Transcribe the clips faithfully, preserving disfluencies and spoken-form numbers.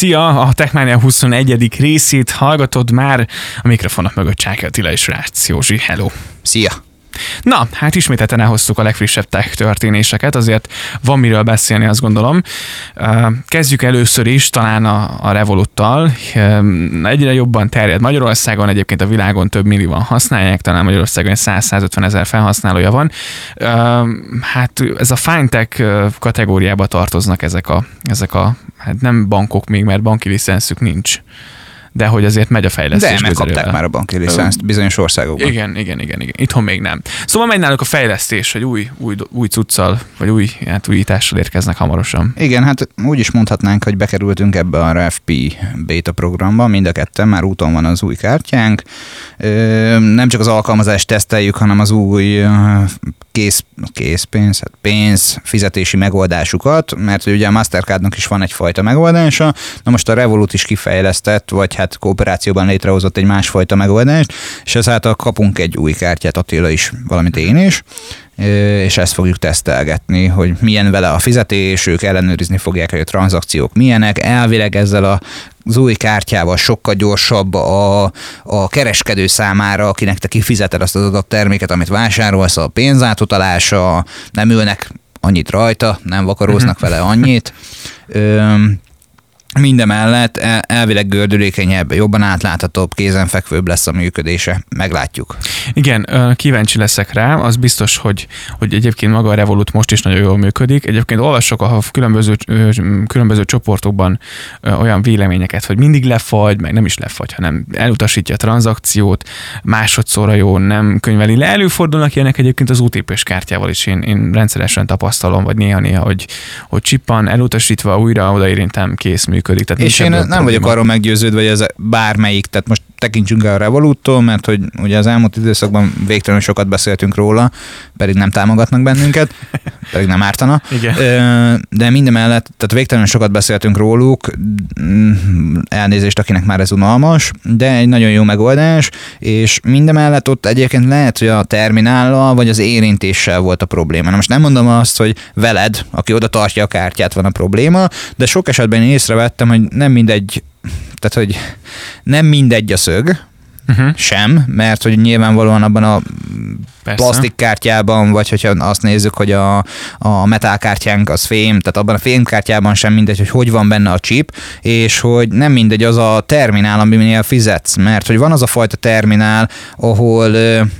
Szia! A Techmania huszonegyedik részét hallgatod már. A mikrofonok mögött Csáky Attila és Rácz Józsi. Hello! Szia! Na, hát ismételten elhoztuk a legfrissebb tech történéseket, azért van miről beszélni, azt gondolom. Kezdjük először is talán a, a Revoluttal. Egyre jobban terjed Magyarországon, egyébként a világon több millióan használják, talán Magyarországon száz-százötven ezer felhasználója van. Hát ez a fintech kategóriába tartoznak ezek a, ezek a hát nem bankok még, mert banki licenszük nincs. De hogy azért megy a fejlesztés. De megkapták közelőle. Már a banki licenszt bizonyos országokban. Igen, igen, igen, igen. Itthon még nem. Szóval megy náluk a fejlesztés, hogy új, új, új cuccal, vagy új hát újítással érkeznek hamarosan. Igen, hát úgy is mondhatnánk, hogy bekerültünk ebbe a er ef pé beta programba, mind a ketten, már úton van az új kártyánk. Nem csak az alkalmazást teszteljük, hanem az új kész, készpénz, hát pénz, fizetési megoldásukat, mert ugye a Mastercardnak is van egyfajta megoldása, na most a Revolut is kifejlesztett, vagy hát kooperációban létrehozott egy másfajta megoldást, és ezáltal kapunk egy új kártyát, Attila is, valamint én is, és ezt fogjuk tesztelgetni, hogy milyen vele a fizetés, ők ellenőrizni fogják, hogy a tranzakciók milyenek, elvileg ezzel a az új kártyával sokkal gyorsabb a, a kereskedő számára, akinek te kifizeted azt az adott terméket, amit vásárolsz, a pénzátutalása, nem ülnek annyit rajta, nem vakaróznak uh-huh. vele annyit. Üm, Mindemellett elvileg gördülékenyebb, jobban átláthatóbb, kézenfekvőbb lesz a működése. Meglátjuk. Igen, kíváncsi leszek rá. Az biztos, hogy, hogy egyébként maga a Revolut most is nagyon jól működik. Egyébként olvasok a különböző, különböző csoportokban olyan véleményeket, hogy mindig lefagy, meg nem is lefagy, hanem elutasítja a tranzakciót, másodszorra jó, nem könyveli le. Előfordulnak ilyenek egyébként az o té pés kártyával is. Én, én rendszeresen tapasztalom, vagy néha-néha, hogy, hogy csippan, elutasítva újra odaérintem, kész működik. Tehát és én nem probléma. vagyok arról meggyőződve, hogy ez bármelyik, tehát most tekintsünk el a Revoluttól, mert hogy ugye az elmúlt időszakban végtelenül sokat beszéltünk róla, pedig nem támogatnak bennünket, pedig nem ártana. Igen. De mindemellett, tehát végtelenül sokat beszéltünk róluk, elnézést, akinek már ez unalmas, de egy nagyon jó megoldás, és mindemellett ott egyébként lehet, hogy a terminállal vagy az érintéssel volt a probléma. Na most nem mondom azt, hogy veled, aki oda tartja a kártyát, van a probléma, de sok esetben én észrevettem, hogy nem mindegy, tehát hogy nem mindegy a szög, uh-huh. sem, mert hogy nyilvánvalóan abban a Persze. plastikkártyában, vagy hogyha azt nézzük, hogy a, a metálkártyánk az fém, tehát abban a fémkártyában sem mindegy, hogy hogy van benne a chip, és hogy nem mindegy az a terminál, aminél fizetsz, mert hogy van az a fajta terminál, ahol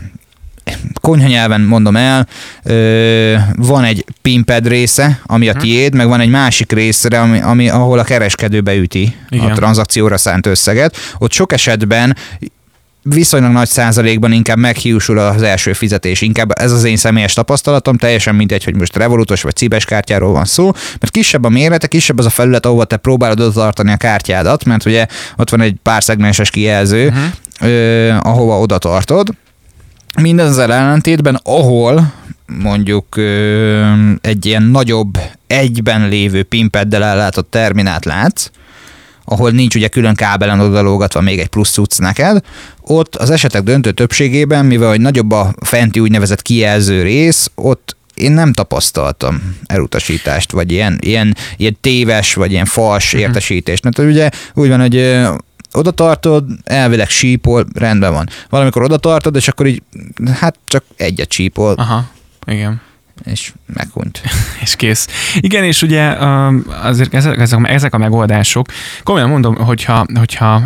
konyha nyelven mondom el, ö, van egy pinpad része, ami a tiéd, meg van egy másik része, ami, ami, ahol a kereskedő beüti Igen. a tranzakcióra szánt összeget. Ott sok esetben viszonylag nagy százalékban inkább meghiúsul az első fizetés. Inkább ez az én személyes tapasztalatom, teljesen mindegy, hogy most Revolutos vagy cibes kártyáról van szó, mert kisebb a mérete, kisebb az a felület, ahova te próbálod oda tartani a kártyádat, mert ugye ott van egy pár szegmenses kijelző, uh-huh. ö, ahova oda tartod. Mindezzel ellentétben, ahol mondjuk ö, egy ilyen nagyobb, egyben lévő pinpaddel ellátott terminát látsz, ahol nincs ugye külön kábelen odalógatva még egy plusz cucc neked, ott az esetek döntő többségében, mivel hogy nagyobb a fenti úgynevezett kijelző rész, ott én nem tapasztaltam elutasítást, vagy ilyen, ilyen, ilyen téves, vagy ilyen fals uh-huh. értesítést. Mert ugye úgy van, hogy oda tartod, elvileg sípol, rendben van. Valamikor oda tartod, és akkor így, hát csak egyet sípol. Aha, igen. És meghunyt. És kész. Igen, és ugye azért ezek, ezek a megoldások, komolyan mondom, hogyha, hogyha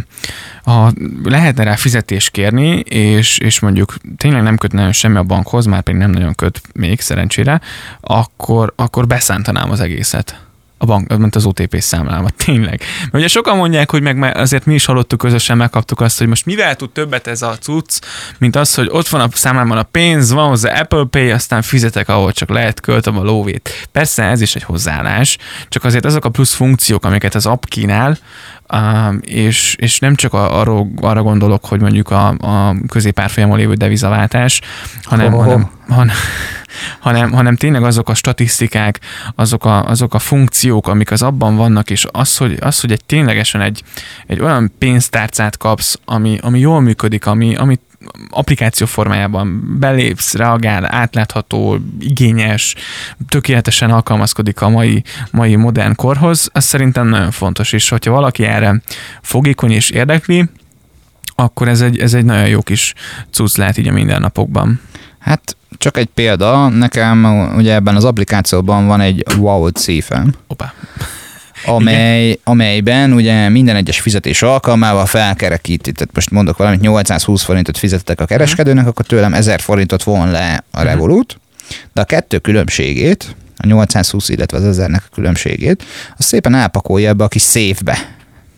ha lehetne rá fizetést kérni, és, és mondjuk tényleg nem köt nagyon semmi a bankhoz, már pedig nem nagyon köt még szerencsére, akkor, akkor beszántanám az egészet. A bank, ment az o té pé számlámat, tényleg. Mert ugye sokan mondják, hogy meg azért mi is hallottuk közösen, megkaptuk azt, hogy most mivel tud többet ez a cucc, mint az, hogy ott van a számlámon a pénz, van hozzá Apple Pay, aztán fizetek, ahol csak lehet, költöm a lóvét. Persze ez is egy hozzáállás, csak azért azok a plusz funkciók, amiket az app kínál, Uh, és, és nem csak a, arra, arra gondolok, hogy mondjuk a, a középárfolyamon lévő devizaváltás, hanem, oh, hanem, hanem, hanem, hanem tényleg azok a statisztikák, azok a, azok a funkciók, amik az abban vannak, és az, hogy, az, hogy egy ténylegesen egy, egy olyan pénztárcát kapsz, ami, ami jól működik, ami, amit applikáció formájában belépsz, reagál, átlátható, igényes, tökéletesen alkalmazkodik a mai, mai modern korhoz, az szerintem nagyon fontos, és hogyha valaki erre fogékony és érdekli, akkor ez egy, ez egy nagyon jó kis cucc lehet így a mindennapokban. Hát csak egy példa, nekem ugye ebben az applikációban van egy Wow címem. Opa. Amely, amelyben ugye minden egyes fizetés alkalmával felkerekíti. Tehát most mondok valamit, nyolcszázhúsz forintot fizettek a kereskedőnek, akkor tőlem ezer forintot von le a Revolut, de a kettő különbségét, a nyolcszázhúsz, illetve az ezernek a különbségét, azt szépen elpakolja ebbe a kis széfbe.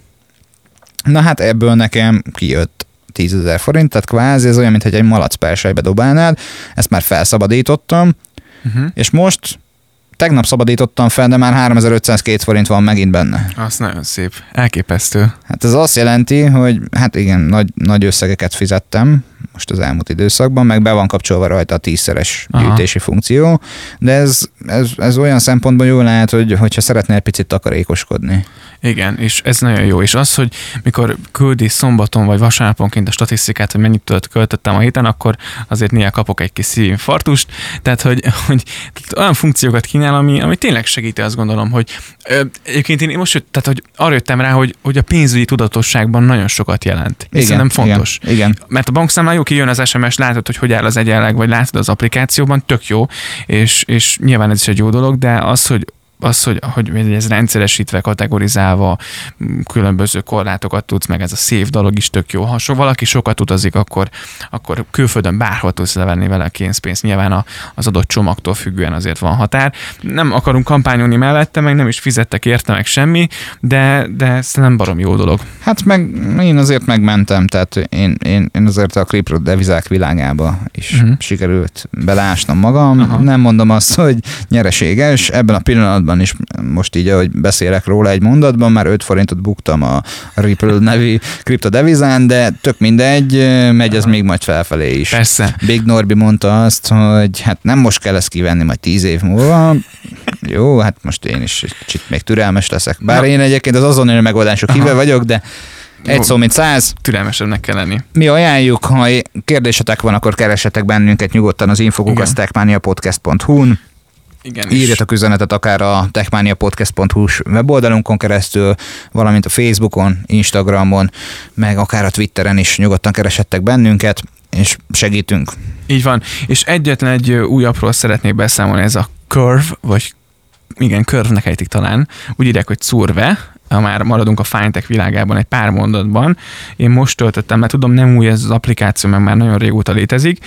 Na hát ebből nekem kijött tízezer forint, tehát kvázi ez olyan, mintha egy malac perselybe dobálnád, ezt már felszabadítottam, uh-huh. és most tegnap szabadítottam fel, de már háromezer-ötszázkettő forint van megint benne. Az nagyon szép. Elképesztő. Hát ez azt jelenti, hogy hát igen, nagy, nagy összegeket fizettem most az elmúlt időszakban, meg be van kapcsolva rajta a tízszeres gyűjtési Aha. funkció, de ez, ez, ez olyan szempontból jól lehet, hogy, hogyha szeretnél egy picit takarékoskodni. Igen, és ez nagyon jó. És az, hogy mikor küldi szombaton vagy vasárnaponként a statisztikát, hogy mennyit költöttem a héten, akkor azért néha kapok egy kis szívinfarktust. Tehát, hogy, hogy olyan funkciókat kínál, ami, ami tényleg segíti, azt gondolom, hogy ö, egyébként én most tehát, hogy arra jöttem rá, hogy, hogy a pénzügyi tudatosságban nagyon sokat jelent. És igen, nem fontos. Igen, igen. Mert a bankszámlán jó, kijön az es em es, látod, hogy hogy áll az egyenleg, vagy látod az applikációban, tök jó, és, és nyilván ez is egy jó dolog, de az, hogy az, hogy, hogy ez rendszeresítve, kategorizálva, különböző korlátokat tudsz, meg ez a szép dolog is tök jó. Ha so, valaki sokat utazik, akkor, akkor külföldön bárhol tudsz levenni vele a kénzpénzt. Nyilván a, az adott csomagtól függően azért van határ. Nem akarunk kampányolni mellette, meg nem is fizettek érte meg semmi, de, de ez nem barom jó dolog. Hát meg én azért megmentem, tehát én, én, én azért a kriptodevizák világába is uh-huh. sikerült belásnom magam. Aha. Nem mondom azt, hogy nyereséges, ebben a pillanatban is most így, ahogy beszélek róla egy mondatban, már öt forintot buktam a Ripple nevű kriptodevizán, de tök mindegy, megy ez még majd felfelé is. Persze. Big Norbi mondta azt, hogy hát nem most kell ezt kivenni, majd tíz év múlva. Jó, hát most én is kicsit még türelmes leszek. Bár ja. én egyébként az azonnali megoldások híve vagyok, de egy szó, mint száz. Türelmesebbnek kell lenni. Mi ajánljuk, ha kérdésetek van, akkor keressetek bennünket nyugodtan az infokukaszt techmania podcast pont hu-n. Igen, írjatok üzenetet akár a techmania podcast pont hu-s weboldalunkon keresztül, valamint a Facebookon, Instagramon, meg akár a Twitteren is nyugodtan keresettek bennünket, és segítünk. Így van. És egyetlen egy újabbról szeretnék beszámolni, ez a Curve, vagy igen, Curve-nek ejtik talán, úgy írják, hogy Curve, ha már maradunk a FineTech világában egy pár mondatban. Én most töltöttem, mert tudom, nem új ez az applikáció, meg már nagyon régóta létezik.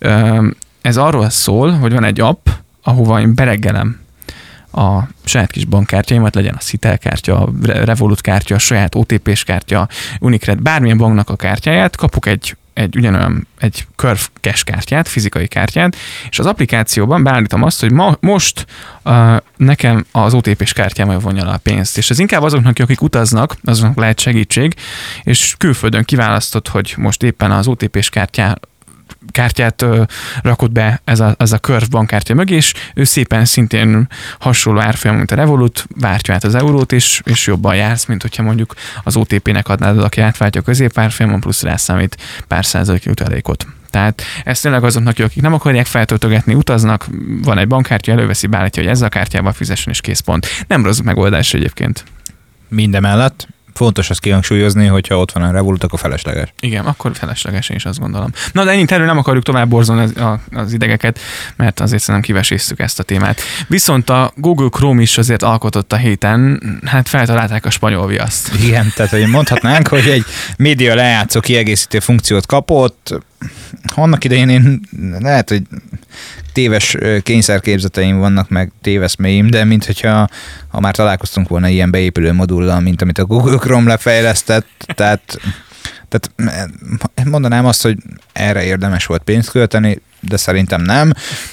Ez arról szól, hogy van egy app, ahova én bereggelem a saját kis bankkártyáimat, legyen a hitelkártya, a Revolut kártya, a saját o té pés kártya, Unicred, bármilyen banknak a kártyáját, kapok egy, egy ugyanolyan, egy Curve cash kártyát, fizikai kártyát, és az applikációban beállítom azt, hogy ma, most uh, nekem az o té pés kártyámmal vonja le a pénzt. És ez inkább azoknak, akik utaznak, azoknak lehet segítség, és külföldön kiválasztott, hogy most éppen az o té pés kártyá kártyát ö, rakott be ez a, ez a Curve bankkártya mögé, és ő szépen szintén hasonló árfolyam, mint a Revolut, váltja át az eurót, és, és jobban jársz, mint hogyha mondjuk az o té pének adnád, aki átváltja a középárfolyamon, plusz rászámít pár százalék jutalékot. Tehát ez tényleg azoknak, akik nem akarják feltöltögetni, utaznak, van egy bankkártya, előveszi, beállítja, hogy ezzel a kártyával fizessen, és kész pont. Nem rossz megoldás egyébként. Mindemellett fontos azt kihangsúlyozni, hogyha ott van a Revolut, akkor felesleges. Igen, akkor felesleges, én is azt gondolom. Na, de ennyit erről nem akarjuk tovább borzolni az, a, az idegeket, mert azért szerintem kiveséztük ezt a témát. Viszont a Google Chrome is azért alkotott a héten, hát feltalálták a spanyol viaszt. Igen, tehát hogy mondhatnánk, hogy egy média lejátszó kiegészítő funkciót kapott. Annak idején én lehet, hogy téves kényszerképzeteim vannak, meg téveszméim, de mint hogyha ha már találkoztunk volna ilyen beépülő modullal, mint amit a Google Chrome lefejlesztett, tehát, tehát mondanám azt, hogy erre érdemes volt pénzt költeni, de szerintem nem.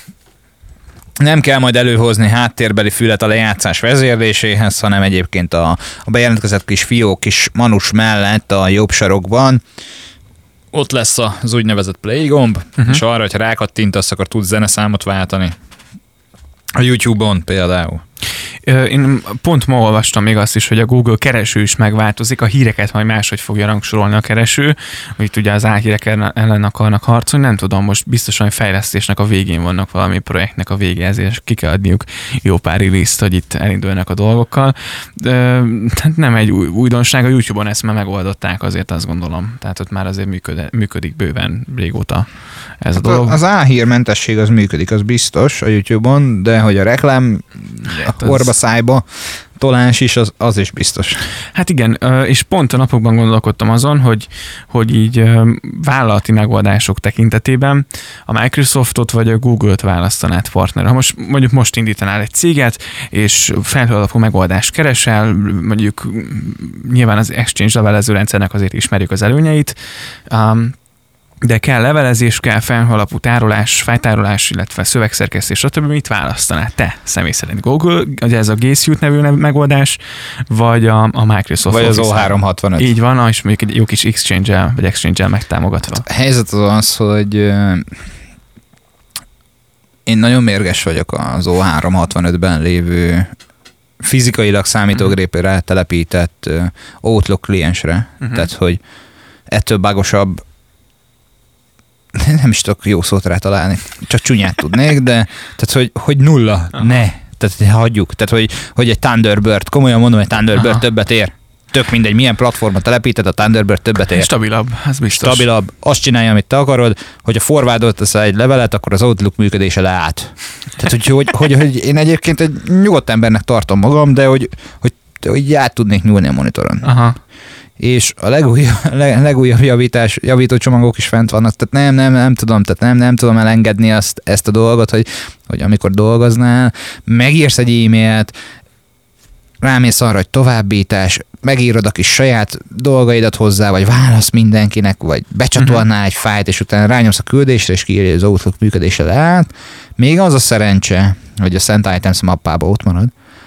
Nem kell majd előhozni háttérbeli fület a lejátszás vezérléséhez, hanem egyébként a, a bejelentkezett kis fiók kis manus mellett a jobb sarokban ott lesz az úgynevezett play gomb, uh-huh. és arra, hogyha rákattintasz, akkor tudsz zeneszámot váltani. A YouTube-on például. Én pont ma olvastam még azt is, hogy a Google kereső is megváltozik, a híreket majd máshogy fogja rangsorolni a kereső, hogy itt ugye az álhírek ellen akarnak harcolni, nem tudom, most biztosan fejlesztésnek a végén vannak, valami projektnek a végéhez, és ki kell adniuk jó pár release-t, hogy itt elindulnak a dolgokkal. Tehát nem egy új, újdonság, a YouTube-on ezt már megoldották, azért azt gondolom. Tehát ott már azért működik, működik bőven régóta ez hát a dolog. Az álhírmentesség az működik, az biztos a YouTube-on, de hogy a reklám hát az... orba szájba tolás is, az, az is biztos. Hát igen, és pont a napokban gondolkodtam azon, hogy, hogy így vállalati megoldások tekintetében a Microsoftot vagy a Google-t választanád partner. Ha most mondjuk most indítanál egy céget, és felhő alapú megoldást keresel, mondjuk nyilván az Exchange levelező rendszernek azért ismerjük az előnyeit, um, de kell levelezés, kell felhő alapú tárolás, fájtárolás, illetve szövegszerkesztés, stb. Mit választanád te személy szerint? Google, ugye ez a G Suite nevű neveldás, vagy a, a Microsoft vagy Office az O háromszázhatvanöt. Így van, és mondjuk egy jó kis Exchange-el, vagy Exchange-el megtámogatva. Hát a helyzet az az, hogy én nagyon mérges vagyok az O háromszázhatvanötben lévő fizikailag számítógépre telepített Outlook kliensre. Uh-huh. Tehát, hogy ettől bágosabb nem is tudok jó szót rá találni, csak csúnyát tudnék, de tehát, hogy, hogy nulla, aha. ne, tehát hagyjuk, tehát, hogy, hogy egy Thunderbird, komolyan mondom, egy Thunderbird aha. többet ér. Tök mindegy, milyen platformot telepíted, a Thunderbird többet ér. Stabilabb, ez biztos. Stabilabb, azt csinálja, amit te akarod, hogy a forwardoltasz egy levelet, akkor az Outlook működése leállt. Tehát, hogy, hogy, hogy, hogy én egyébként egy nyugodt embernek tartom magam, de hogy, hogy, hogy át tudnék nyúlni a monitoron. Aha. És a legújabb, legújabb javítás, javító csomagok is fent vannak, tehát nem, nem, nem tudom, tehát nem, nem tudom elengedni azt, ezt a dolgot, hogy, hogy amikor dolgoznál, megírsz egy e-mailt, rámész arra, hogy továbbítás, megírod a kis saját dolgaidat hozzá, vagy válasz mindenkinek, vagy becsatolnál uh-huh. egy fájlt, és utána rányomsz a küldésre, és kiírja, az Outlook működése leállt. Még az a szerencse, hogy a Sent Items mappába ott marad,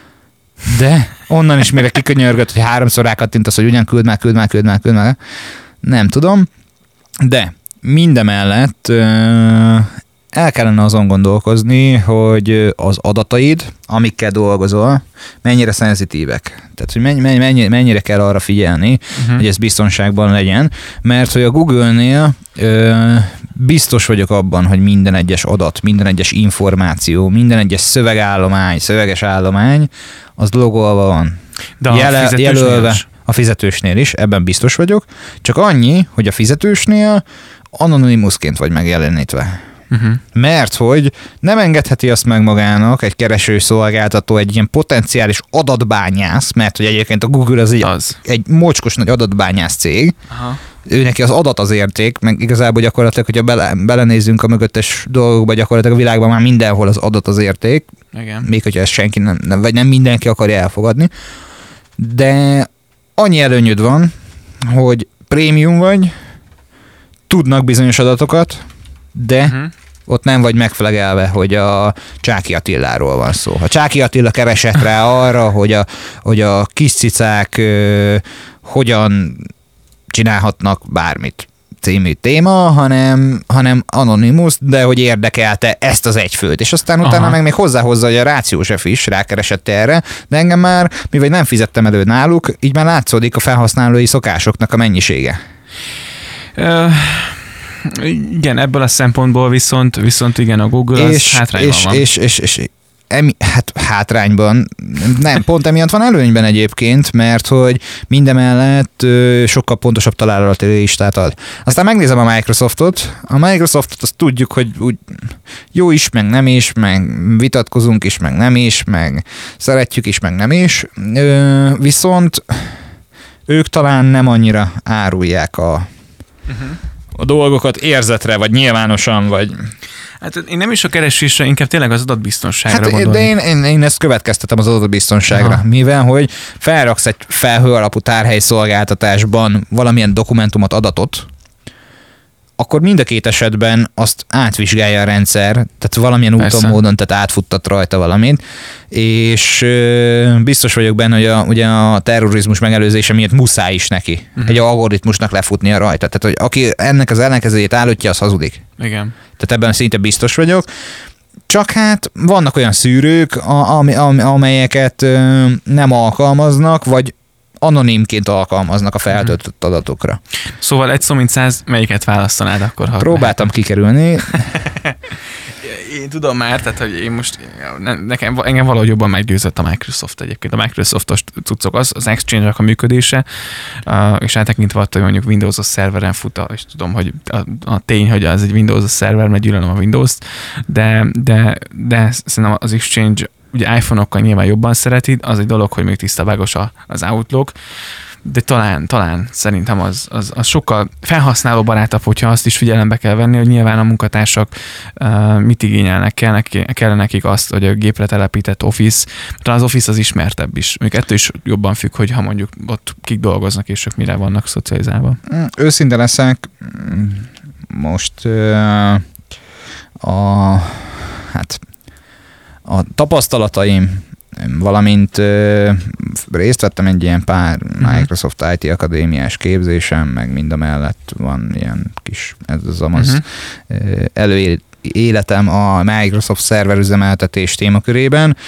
de onnan is mire kikönyörgött, hogy háromszor rákattintasz, hogy ugyan küld már, küld már, küld már, küld már. Nem tudom, de mindemellett el kellene azon gondolkozni, hogy az adataid, amikkel dolgozol, mennyire szenzitívek. Tehát, hogy mennyi, mennyi, mennyire kell arra figyelni, uh-huh. hogy ez biztonságban legyen, mert hogy a Google-nél ö, biztos vagyok abban, hogy minden egyes adat, minden egyes információ, minden egyes szövegállomány, szöveges állomány, az logolva van. De a Jele, fizetősnél jelölve, is? A fizetősnél is, ebben biztos vagyok, csak annyi, hogy a fizetősnél anonimusként vagy megjelenítve. Uh-huh. Mert hogy nem engedheti azt meg magának egy keresőszolgáltató, egy ilyen potenciális adatbányász, mert hogy egyébként a Google az egy, az. egy mocskos nagy adatbányász cég, aha. ő neki az adat az érték, meg igazából gyakorlatilag, hogyha bele, belenézzünk a mögöttes dolgokba, gyakorlatilag a világban már mindenhol az adat az érték, igen. Még hogyha ezt senki nem, nem, vagy nem mindenki akarja elfogadni, de annyi előnyöd van, hogy prémium vagy, tudnak bizonyos adatokat, de uh-huh. ott nem vagy megflegelve, hogy a Csáky Attiláról van szó. Ha Csáky Attila keresett rá arra, hogy a, hogy a kis cicák ö, hogyan csinálhatnak bármit című téma, hanem, hanem Anonymous, de hogy érdekelte ezt az egyfőt. És aztán utána aha. meg még hozzáhozza, hogy a rációsef is rákeresett erre, de engem már, mivel nem fizettem elő náluk, így már látszódik a felhasználói szokásoknak a mennyisége. Uh... Igen, ebből a szempontból viszont, viszont igen, a Google és, az hátrányban és, van. És, és, és, és emi, hát hátrányban, nem, pont emiatt van előnyben egyébként, mert hogy mindemellett ö, sokkal pontosabb találati listát ad. Aztán megnézem a Microsoftot, a Microsoftot azt tudjuk, hogy úgy jó is, meg nem is, meg vitatkozunk is, meg nem is, meg szeretjük is, meg nem is, ö, viszont ők talán nem annyira árulják a uh-huh. a dolgokat érzetre, vagy nyilvánosan, vagy... Hát én nem is a keresésre, inkább tényleg az adatbiztonságra hát, gondolom. De én, én, én ezt következtetem az adatbiztonságra, aha. mivel, hogy felraksz egy felhő alapú tárhely szolgáltatásban valamilyen dokumentumot, adatot, akkor mind a két esetben azt átvizsgálja a rendszer, tehát valamilyen persze. úton, módon, tehát átfuttat rajta valamit, és ö, biztos vagyok benne, hogy a, ugye a terrorizmus megelőzése miatt muszáj is neki uh-huh. egy algoritmusnak lefutnia rajta. Tehát, hogy aki ennek az ellenkezőjét állítja, az hazudik. Igen. Tehát ebben szinte biztos vagyok. Csak hát vannak olyan szűrők, am, am, amelyeket ö, nem alkalmaznak, vagy anonimként alkalmaznak a feltöltött adatokra. Szóval egy szó mint száz, melyiket választanád akkor? Ha Próbáltam kikerülni. Én tudom már, tehát hogy én most, nekem, engem valahogy jobban meggyőzött a Microsoft egyébként. A Microsoftos cuccok az, az Exchange-nak a működése, és eltekintve attól, hogy mondjuk Windows-os szerveren fut, és tudom, hogy a, a tény, hogy az egy Windows-os szerver, mert gyűlölöm a Windows-t, de, de, de szerintem az Exchange ugye iPhone-okkal nyilván jobban szeretid, az egy dolog, hogy még tisztavágos az Outlook, de talán, talán szerintem az, az, az sokkal felhasználó barátabb, hogyha azt is figyelembe kell venni, hogy nyilván a munkatársak uh, mit igényelnek, kell, neki, kell nekik azt, hogy a gépre telepített Office, talán az Office az ismertebb is. Mondjuk ettől is jobban függ, hogy ha mondjuk ott kik dolgoznak, és ők mire vannak szocializálva. Őszinte leszek, most uh, a, hát, a tapasztalataim, valamint ö, részt vettem egy ilyen pár Microsoft i té akadémiás képzésem, meg mind a mellett van ilyen kis, ez az amaz uh-huh. előéletem a Microsoft szerverüzemeltetés témakörében.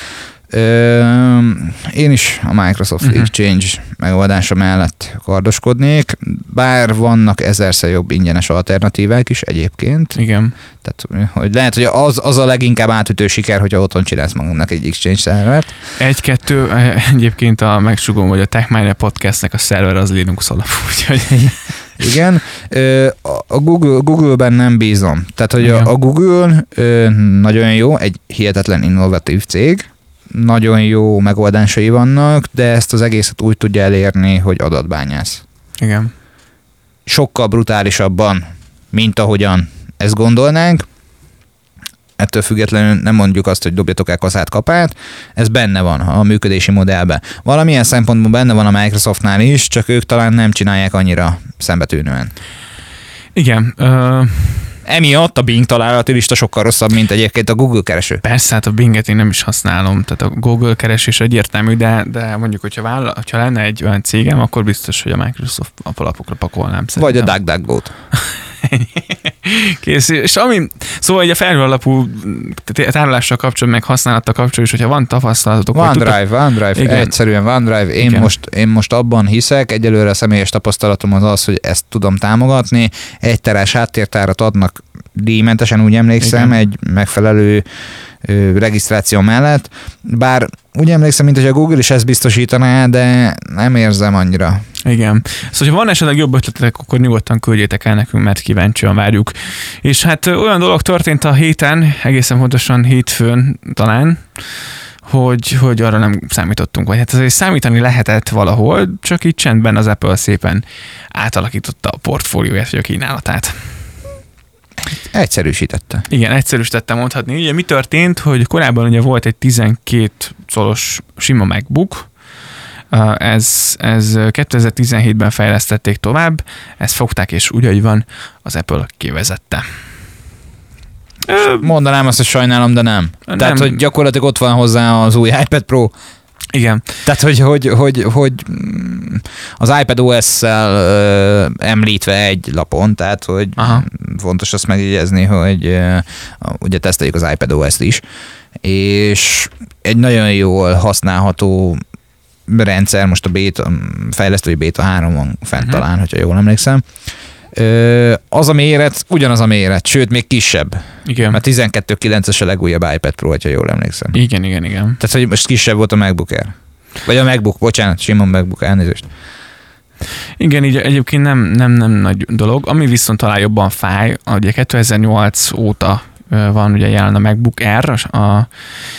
Ö, én is a Microsoft uh-huh. Exchange megoldása mellett kardoskodnék, bár vannak ezerszer jobb ingyenes alternatívák is egyébként. Igen. Tehát, hogy lehet, hogy az, az a leginkább átütő siker, hogyha otthon csinálsz magunknak egy Exchange szervert. Egy-kettő, egyébként a megsugom, hogy a TechMiner podcastnek a szerver az Linux alapú, úgyhogy... Igen, a Google, Google-ben nem bízom. Tehát, hogy a, a Google nagyon jó, egy hihetetlen innovatív cég, nagyon jó megoldásai vannak, de ezt az egészet úgy tudja elérni, hogy adatbányász. Igen. Sokkal brutálisabban, mint ahogyan ezt gondolnánk. Ettől függetlenül nem mondjuk azt, hogy dobjatok el kaszát kapát, ez benne van a működési modellben. Valamilyen szempontból benne van a Microsoftnál is, csak ők talán nem csinálják annyira szembetűnően. Igen. Uh... Emiatt a Bing találati lista sokkal rosszabb, mint egyébként a Google kereső. Persze, hát a Binget én nem is használom, tehát a Google keresés egyértelmű, de, de mondjuk, hogyha, vállal, hogyha lenne egy olyan cégem, akkor biztos, hogy a Microsoft alapokra pakolnám szerintem. Vagy a DuckDuckGo-t. Kész. És ami, szóval egy a felhő alapú tárolással kapcsolatban, meg használattal kapcsolatban is, hogyha van tapasztalatok. OneDrive, tudod, OneDrive, igen. Egyszerűen OneDrive. Én most, én most abban hiszek, egyelőre a személyes tapasztalatom az az, hogy ezt tudom támogatni. Egy terás háttértárat adnak díjmentesen, úgy emlékszem, igen. Egy megfelelő ö, regisztráció mellett. Bár úgy emlékszem, mint hogy a Google is ezt biztosítaná, de nem érzem annyira. Igen. Szóval, ha van esetleg jobb ötletek, akkor nyugodtan küldjétek el nekünk, mert kíváncsian várjuk. És hát olyan dolog történt a héten, egészen pontosan hétfőn talán, hogy, hogy arra nem számítottunk, vagy hát azért számítani lehetett valahol, csak így csendben az Apple szépen átalakította a portfólióját, vagy a kínálatát. Egyszerűsítette. Igen, egyszerűsítette mondhatni. Ugye mi történt, hogy korábban ugye volt egy tizenkét colos sima MacBook, ez, ez kétezer-tizenhétben fejlesztették tovább, ezt fogták, és úgy, hogy van, az Apple kivezette. Mondanám azt, hogy sajnálom, de nem. nem. Tehát, hogy gyakorlatilag ott van hozzá az új iPad Pro. Igen. Tehát, hogy, hogy, hogy, hogy az iPadOS-szel ö, említve egy lapon, tehát, hogy aha. Fontos azt megjegyezni, hogy ö, ugye teszteljük az iPadOS-t is, és egy nagyon jól használható rendszer, most a beta, fejlesztői beta három van fent uh-huh. talán, hogyha jól emlékszem. Ö, az a méret, ugyanaz a méret, sőt, még kisebb. Igen. Mert tizenkettő kilences a legújabb iPad Pro, hogyha jól emlékszem. Igen, igen, igen. Tehát, hogy most kisebb volt a MacBook Air. Vagy a MacBook, bocsánat, Simon MacBook, elnézést. Igen, így egyébként nem, nem, nem nagy dolog. Ami viszont talán jobban fáj, ugye kétezer-nyolc óta van ugye jelen a MacBook Air, a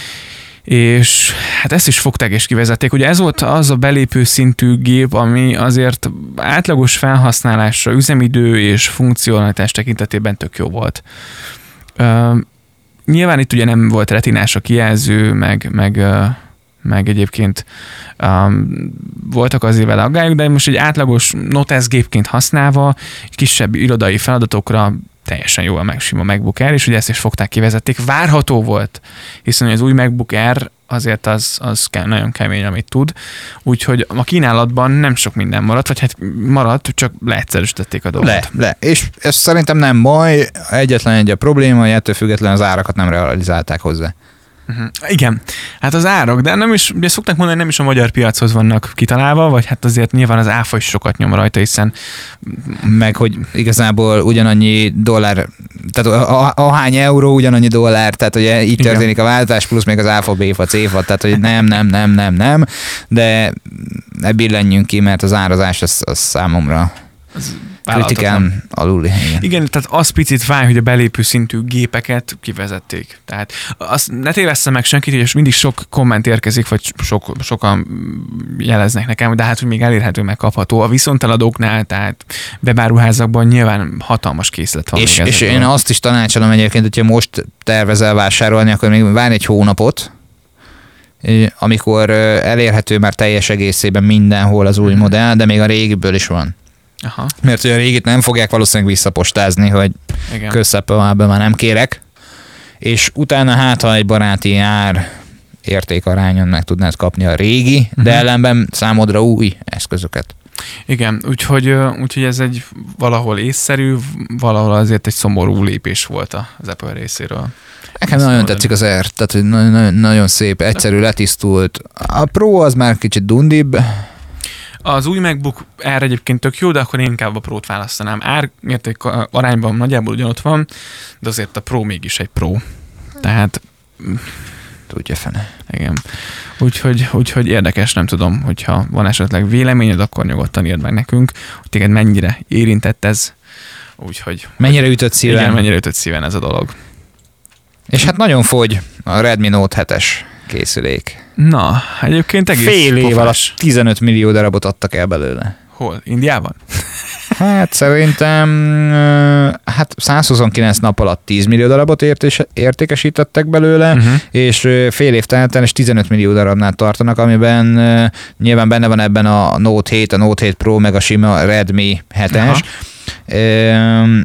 és hát ezt is fogták és kivezették. Ugye ez volt az a belépő szintű gép, ami azért átlagos felhasználásra, üzemidő és funkcionalitás tekintetében tök jó volt. Uh, nyilván itt ugye nem volt retinás a kijelző, meg, meg, uh, meg egyébként um, voltak azért vele aggályok, de most egy átlagos notes gépként használva, kisebb irodai feladatokra teljesen jó a meg, sima MacBook Air, és ugye ezt is fogták, kivezették. Várható volt, hiszen az új MacBook Air azért az, az ke- nagyon kemény, amit tud. Úgyhogy a kínálatban nem sok minden maradt, vagy hát maradt, csak leegyszerűsítették a dolgot. Le, le. És ez szerintem nem baj, egyetlen egy a probléma, hogy ettől függetlenül az árakat nem realizálták hozzá. Uh-huh. Igen, hát az árak, de nem is, ugye szokták mondani, nem is a magyar piachoz vannak kitalálva, vagy hát azért nyilván az áfa is sokat nyom rajta, hiszen... Meg, hogy igazából ugyanannyi dollár, tehát ahány euró, ugyanannyi dollár, tehát ugye így Igen. történik a váltás, plusz még az áfa, béfa, céfa, tehát hogy nem, nem, nem, nem, nem, de ne billenjünk ki, mert az árazás az, az számomra kritikán aluli. Igen. Igen, tehát az picit fáj, hogy a belépő szintű gépeket kivezették. Tehát azt ne tévesszen meg senkit, és mindig sok komment érkezik, vagy sok, sokan jeleznek nekem, de hát, hogy még elérhető, megkapható. A viszonteladóknál, tehát bebáruházakban nyilván hatalmas készlet van. És, és én azt is tanácsolom egyébként, hogyha most tervezel vásárolni, akkor még várj egy hónapot, amikor elérhető már teljes egészében mindenhol az új modell, de még a régiből is van. Aha. Mert hogy a régit nem fogják valószínűleg visszapostázni, hogy közszeppelvából már nem kérek, és utána hát, ha egy baráti ár értékarányon meg tudnád kapni a régi, uh-huh. de ellenben számodra új eszközöket. Igen, úgyhogy, úgyhogy ez egy valahol észszerű, valahol azért egy szomorú lépés volt az Apple részéről. Nekem nagyon mondani. Tetszik az Air, tehát hogy nagyon, nagyon szép, egyszerű, letisztult. A Pro az már kicsit dundibb. Az új MacBook Air egyébként tök jó, de akkor én inkább a Pro-t választanám. Ár érték arányban nagyjából ugyanott van, de azért a Pro mégis egy Pro. Tehát... Tudja fene. Igen. Úgyhogy, úgyhogy érdekes, nem tudom, hogyha van esetleg véleményed, akkor nyugodtan írd meg nekünk, hogy téged mennyire érintett ez. Úgyhogy... Mennyire ütött szíven. Igen, mennyire ütött szíven ez a dolog. És hát nagyon fogy a Redmi Note hetes készülék. Na, egyébként egész fél év pofás. alatt tizenöt millió darabot adtak el belőle. Hol? Indiában? Hát szerintem hát százhuszonkilenc nap alatt tíz millió darabot értés, értékesítettek belőle, uh-huh. és fél év telten és tizenöt millió darabnál tartanak, amiben nyilván benne van ebben a Note hét, a Note hét Pro, meg a sima Redmi hetes. Uh-huh.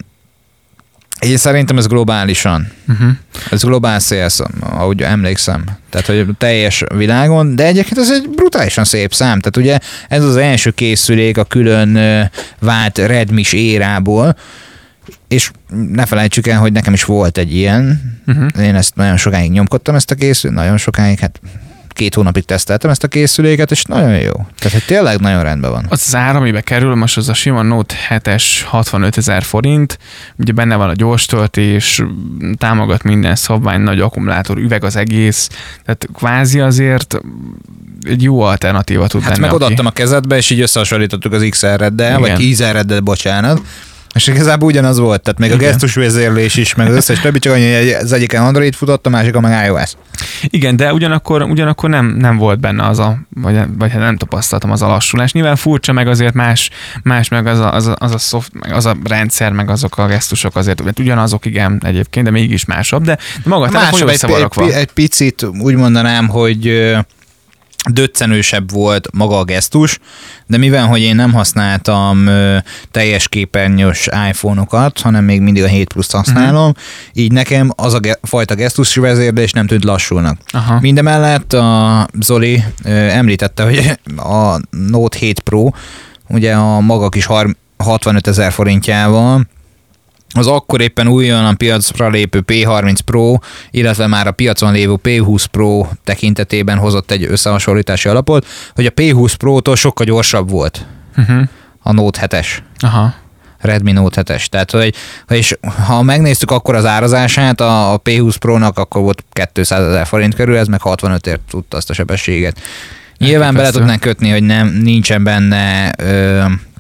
Én szerintem ez globálisan. Uh-huh. Ez globál sales, ahogy emlékszem. Tehát, hogy teljes világon, de egyébként ez egy brutálisan szép szám. Tehát ugye ez az első készülék a külön vált Redmi-s érából, és ne felejtsük el, hogy nekem is volt egy ilyen. Uh-huh. Én ezt nagyon sokáig nyomkodtam, ezt a készüléket, nagyon sokáig, hát két hónapig teszteltem ezt a készüléket, és nagyon jó. Tehát, hogy tényleg nagyon rendben van. Az az ár, amibe kerül, most az a sima Note hetes hatvanötezer forint, ugye benne van a gyors töltés, támogat minden szabvány, nagy akkumulátor, üveg az egész, tehát kvázi azért egy jó alternatíva tud hát lenni. Hát meg odaadtam a kezedbe, és így összehasonlítottuk az iksz er-reddel, vagy tíz er-reddel, bocsánat. És igazából ugyanaz volt, tehát még igen. A gesztusvezérlés is, meg az összes többi, csak annyi, hogy az egyiken Android futott, a másikon meg iOS. Igen, de ugyanakkor, ugyanakkor nem, nem volt benne az a, vagy, vagy hát nem tapasztaltam az a lassulás. Nyilván furcsa, meg azért más, más meg az a, az a, az a szoft, meg az a rendszer, meg azok a gesztusok azért, mert ugyanazok, igen, egyébként, de mégis másabb, de maga a telefon összevarakva. Egy, egy picit úgy mondanám, hogy döccenősebb volt maga a gesztus, de mivel, hogy én nem használtam ö, teljes képernyős iPhone-okat, hanem még mindig a hét pluszt használom, uh-huh. így nekem az a ge- fajta gesztus vezérlés nem tűnt lassulnak. Uh-huh. Mindemellett a Zoli ö, említette, hogy a Note hét Pro, ugye a maga kis hatvanötezer forintjával, az akkor éppen újonnan piacra lépő pé harminc Pro, illetve már a piacon lévő pé húsz Pro tekintetében hozott egy összehasonlítási alapot, hogy a pé húsz Pro-tól sokkal gyorsabb volt uh-huh. a Note hetes. Aha. Redmi Note hetes. Tehát, hogy, és ha megnéztük akkor az árazását, a, a pé húsz Pro-nak akkor volt kétszázezer forint körül, ez meg hatvanötért tudta azt a sebességet. Nyilván bele tudnánk kötni, hogy nem, nincsen benne ö,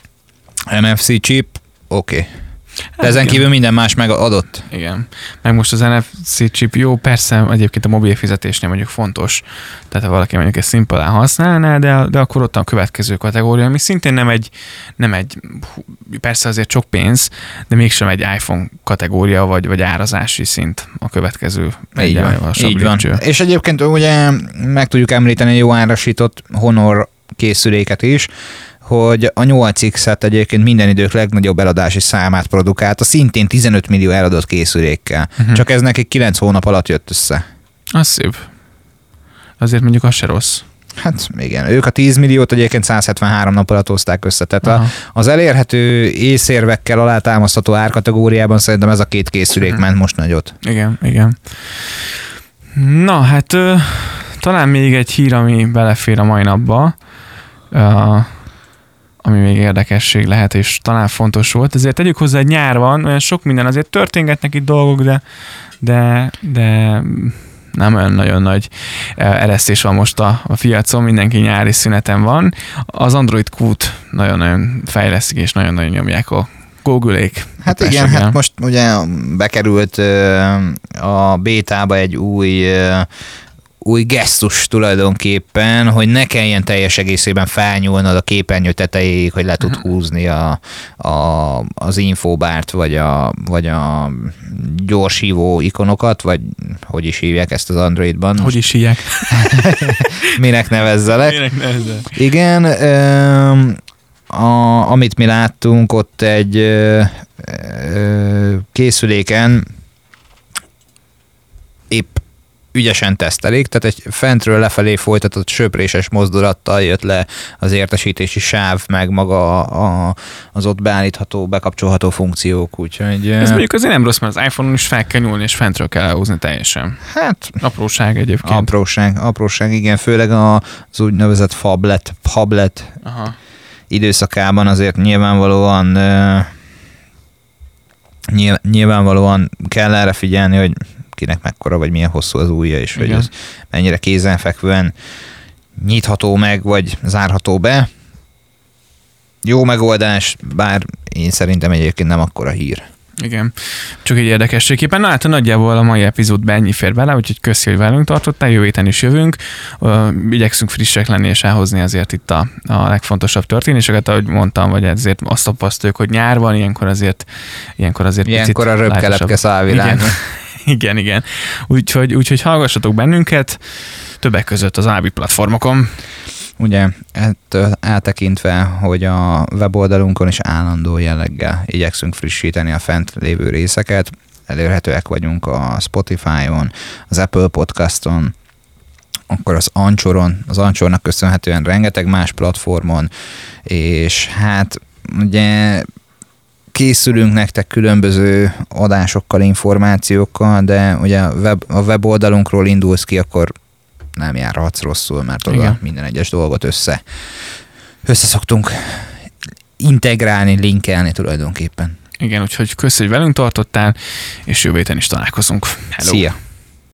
em ef cé chip, oké. Okay. De ezen kívül minden más megadott. Igen. Meg most az en ef cé chip jó, persze egyébként a mobil fizetésnél mondjuk fontos, tehát ha valaki mondjuk ezt szimplán használná, de, de akkor ott a következő kategória, ami szintén nem egy, nem egy, persze azért sok pénz, de mégsem egy iPhone kategória, vagy, vagy árazási szint a következő. Így van, így van. És egyébként ugye meg tudjuk említeni egy jó árasított Honor készüléket is, hogy a nyolc iksz-et egyébként minden idők legnagyobb eladási számát produkálta, szintén tizenöt millió eladott készülékkel. Uh-huh. Csak ez neki kilenc hónap alatt jött össze. Az szép. azért mondjuk az se rossz. Hát igen, ők a tíz milliót egyébként száz hetvenhárom nap alatt hozták össze. Tehát a, az elérhető észérvekkel alátámasztható árkategóriában szerintem ez a két készülék uh-huh. ment most nagyot. Igen, igen. Na, hát ö, talán még egy hír, ami belefér a mai napba, ö, ami még érdekesség lehet, és talán fontos volt. Ezért tegyük hozzá, hogy nyár van, olyan sok minden, azért történgetnek itt dolgok, de, de, de nem olyan nagyon nagy eresztés van most a, a piacon, mindenki nyári szüneten van. Az Android Q-t nagyon-nagyon fejlesztik, és nagyon-nagyon nyomják a Google-ék. Hát igen, hát most ugye bekerült a bétába egy új új gesztus tulajdonképpen, hogy ne kelljen teljes egészében felnyúlnod a képernyő tetejéig, hogy le tud húzni a, a, az infobárt, vagy a, vagy a gyorshívó ikonokat, vagy hogy is hívják ezt az Androidban. Hogy is hívják? Minek nevezzelek? Minek nevezzelek? Igen, ö, a, amit mi láttunk ott egy ö, ö, készüléken épp ügyesen tesztelik, tehát egy fentről lefelé folytatott söpréses mozdulattal jött le az értesítési sáv, meg maga a, a, az ott beállítható, bekapcsolható funkciók, úgyhogy... Ez mondjuk azért nem rossz, mert az iPhone-on is fel kell nyúlni, és fentről kell elhúzni teljesen. Hát... Apróság egyébként. Apróság, apróság, igen, főleg az úgynevezett phablet, phablet Aha. időszakában azért nyilvánvalóan nyilvánvalóan kell erre figyelni, hogy kinek mekkora, vagy milyen hosszú az ujja, és igen. hogy ez mennyire kézenfekvően nyitható meg, vagy zárható be. Jó megoldás, bár én szerintem egyébként nem akkora hír. Igen, csak egy érdekességképpen. Na hát nagyjából a mai epizódban ennyi fér bele, úgyhogy köszi, hogy velünk tartottál, jövő héten is jövünk. Igyekszünk frissek lenni és elhozni azért itt a, a legfontosabb történéseket, ahogy mondtam, vagy ezért azt tapasztaljuk, hogy nyár van, ilyenkor azért ilyenkor azért ilyenkor a röpkelepke szállvilág. Igen. Igen, igen. Úgyhogy, úgyhogy hallgassatok bennünket, többek között az Ábi platformokon. Ugye, ettől eltekintve, hogy a weboldalunkon is állandó jelleggel igyekszünk frissíteni a fent lévő részeket, elérhetőek vagyunk a Spotify-on, az Apple Podcaston, akkor az Anchoron, az Anchornak köszönhetően rengeteg más platformon, és hát ugye készülünk nektek különböző adásokkal, információkkal, de ugye a, web, a weboldalunkról indulsz ki, akkor nem járhatsz rosszul, mert oda minden egyes dolgot össze, össze szoktunk integrálni, linkelni tulajdonképpen. Igen, úgyhogy köszönjük, hogy velünk tartottál, és jövő héten is találkozunk. Hello. Szia!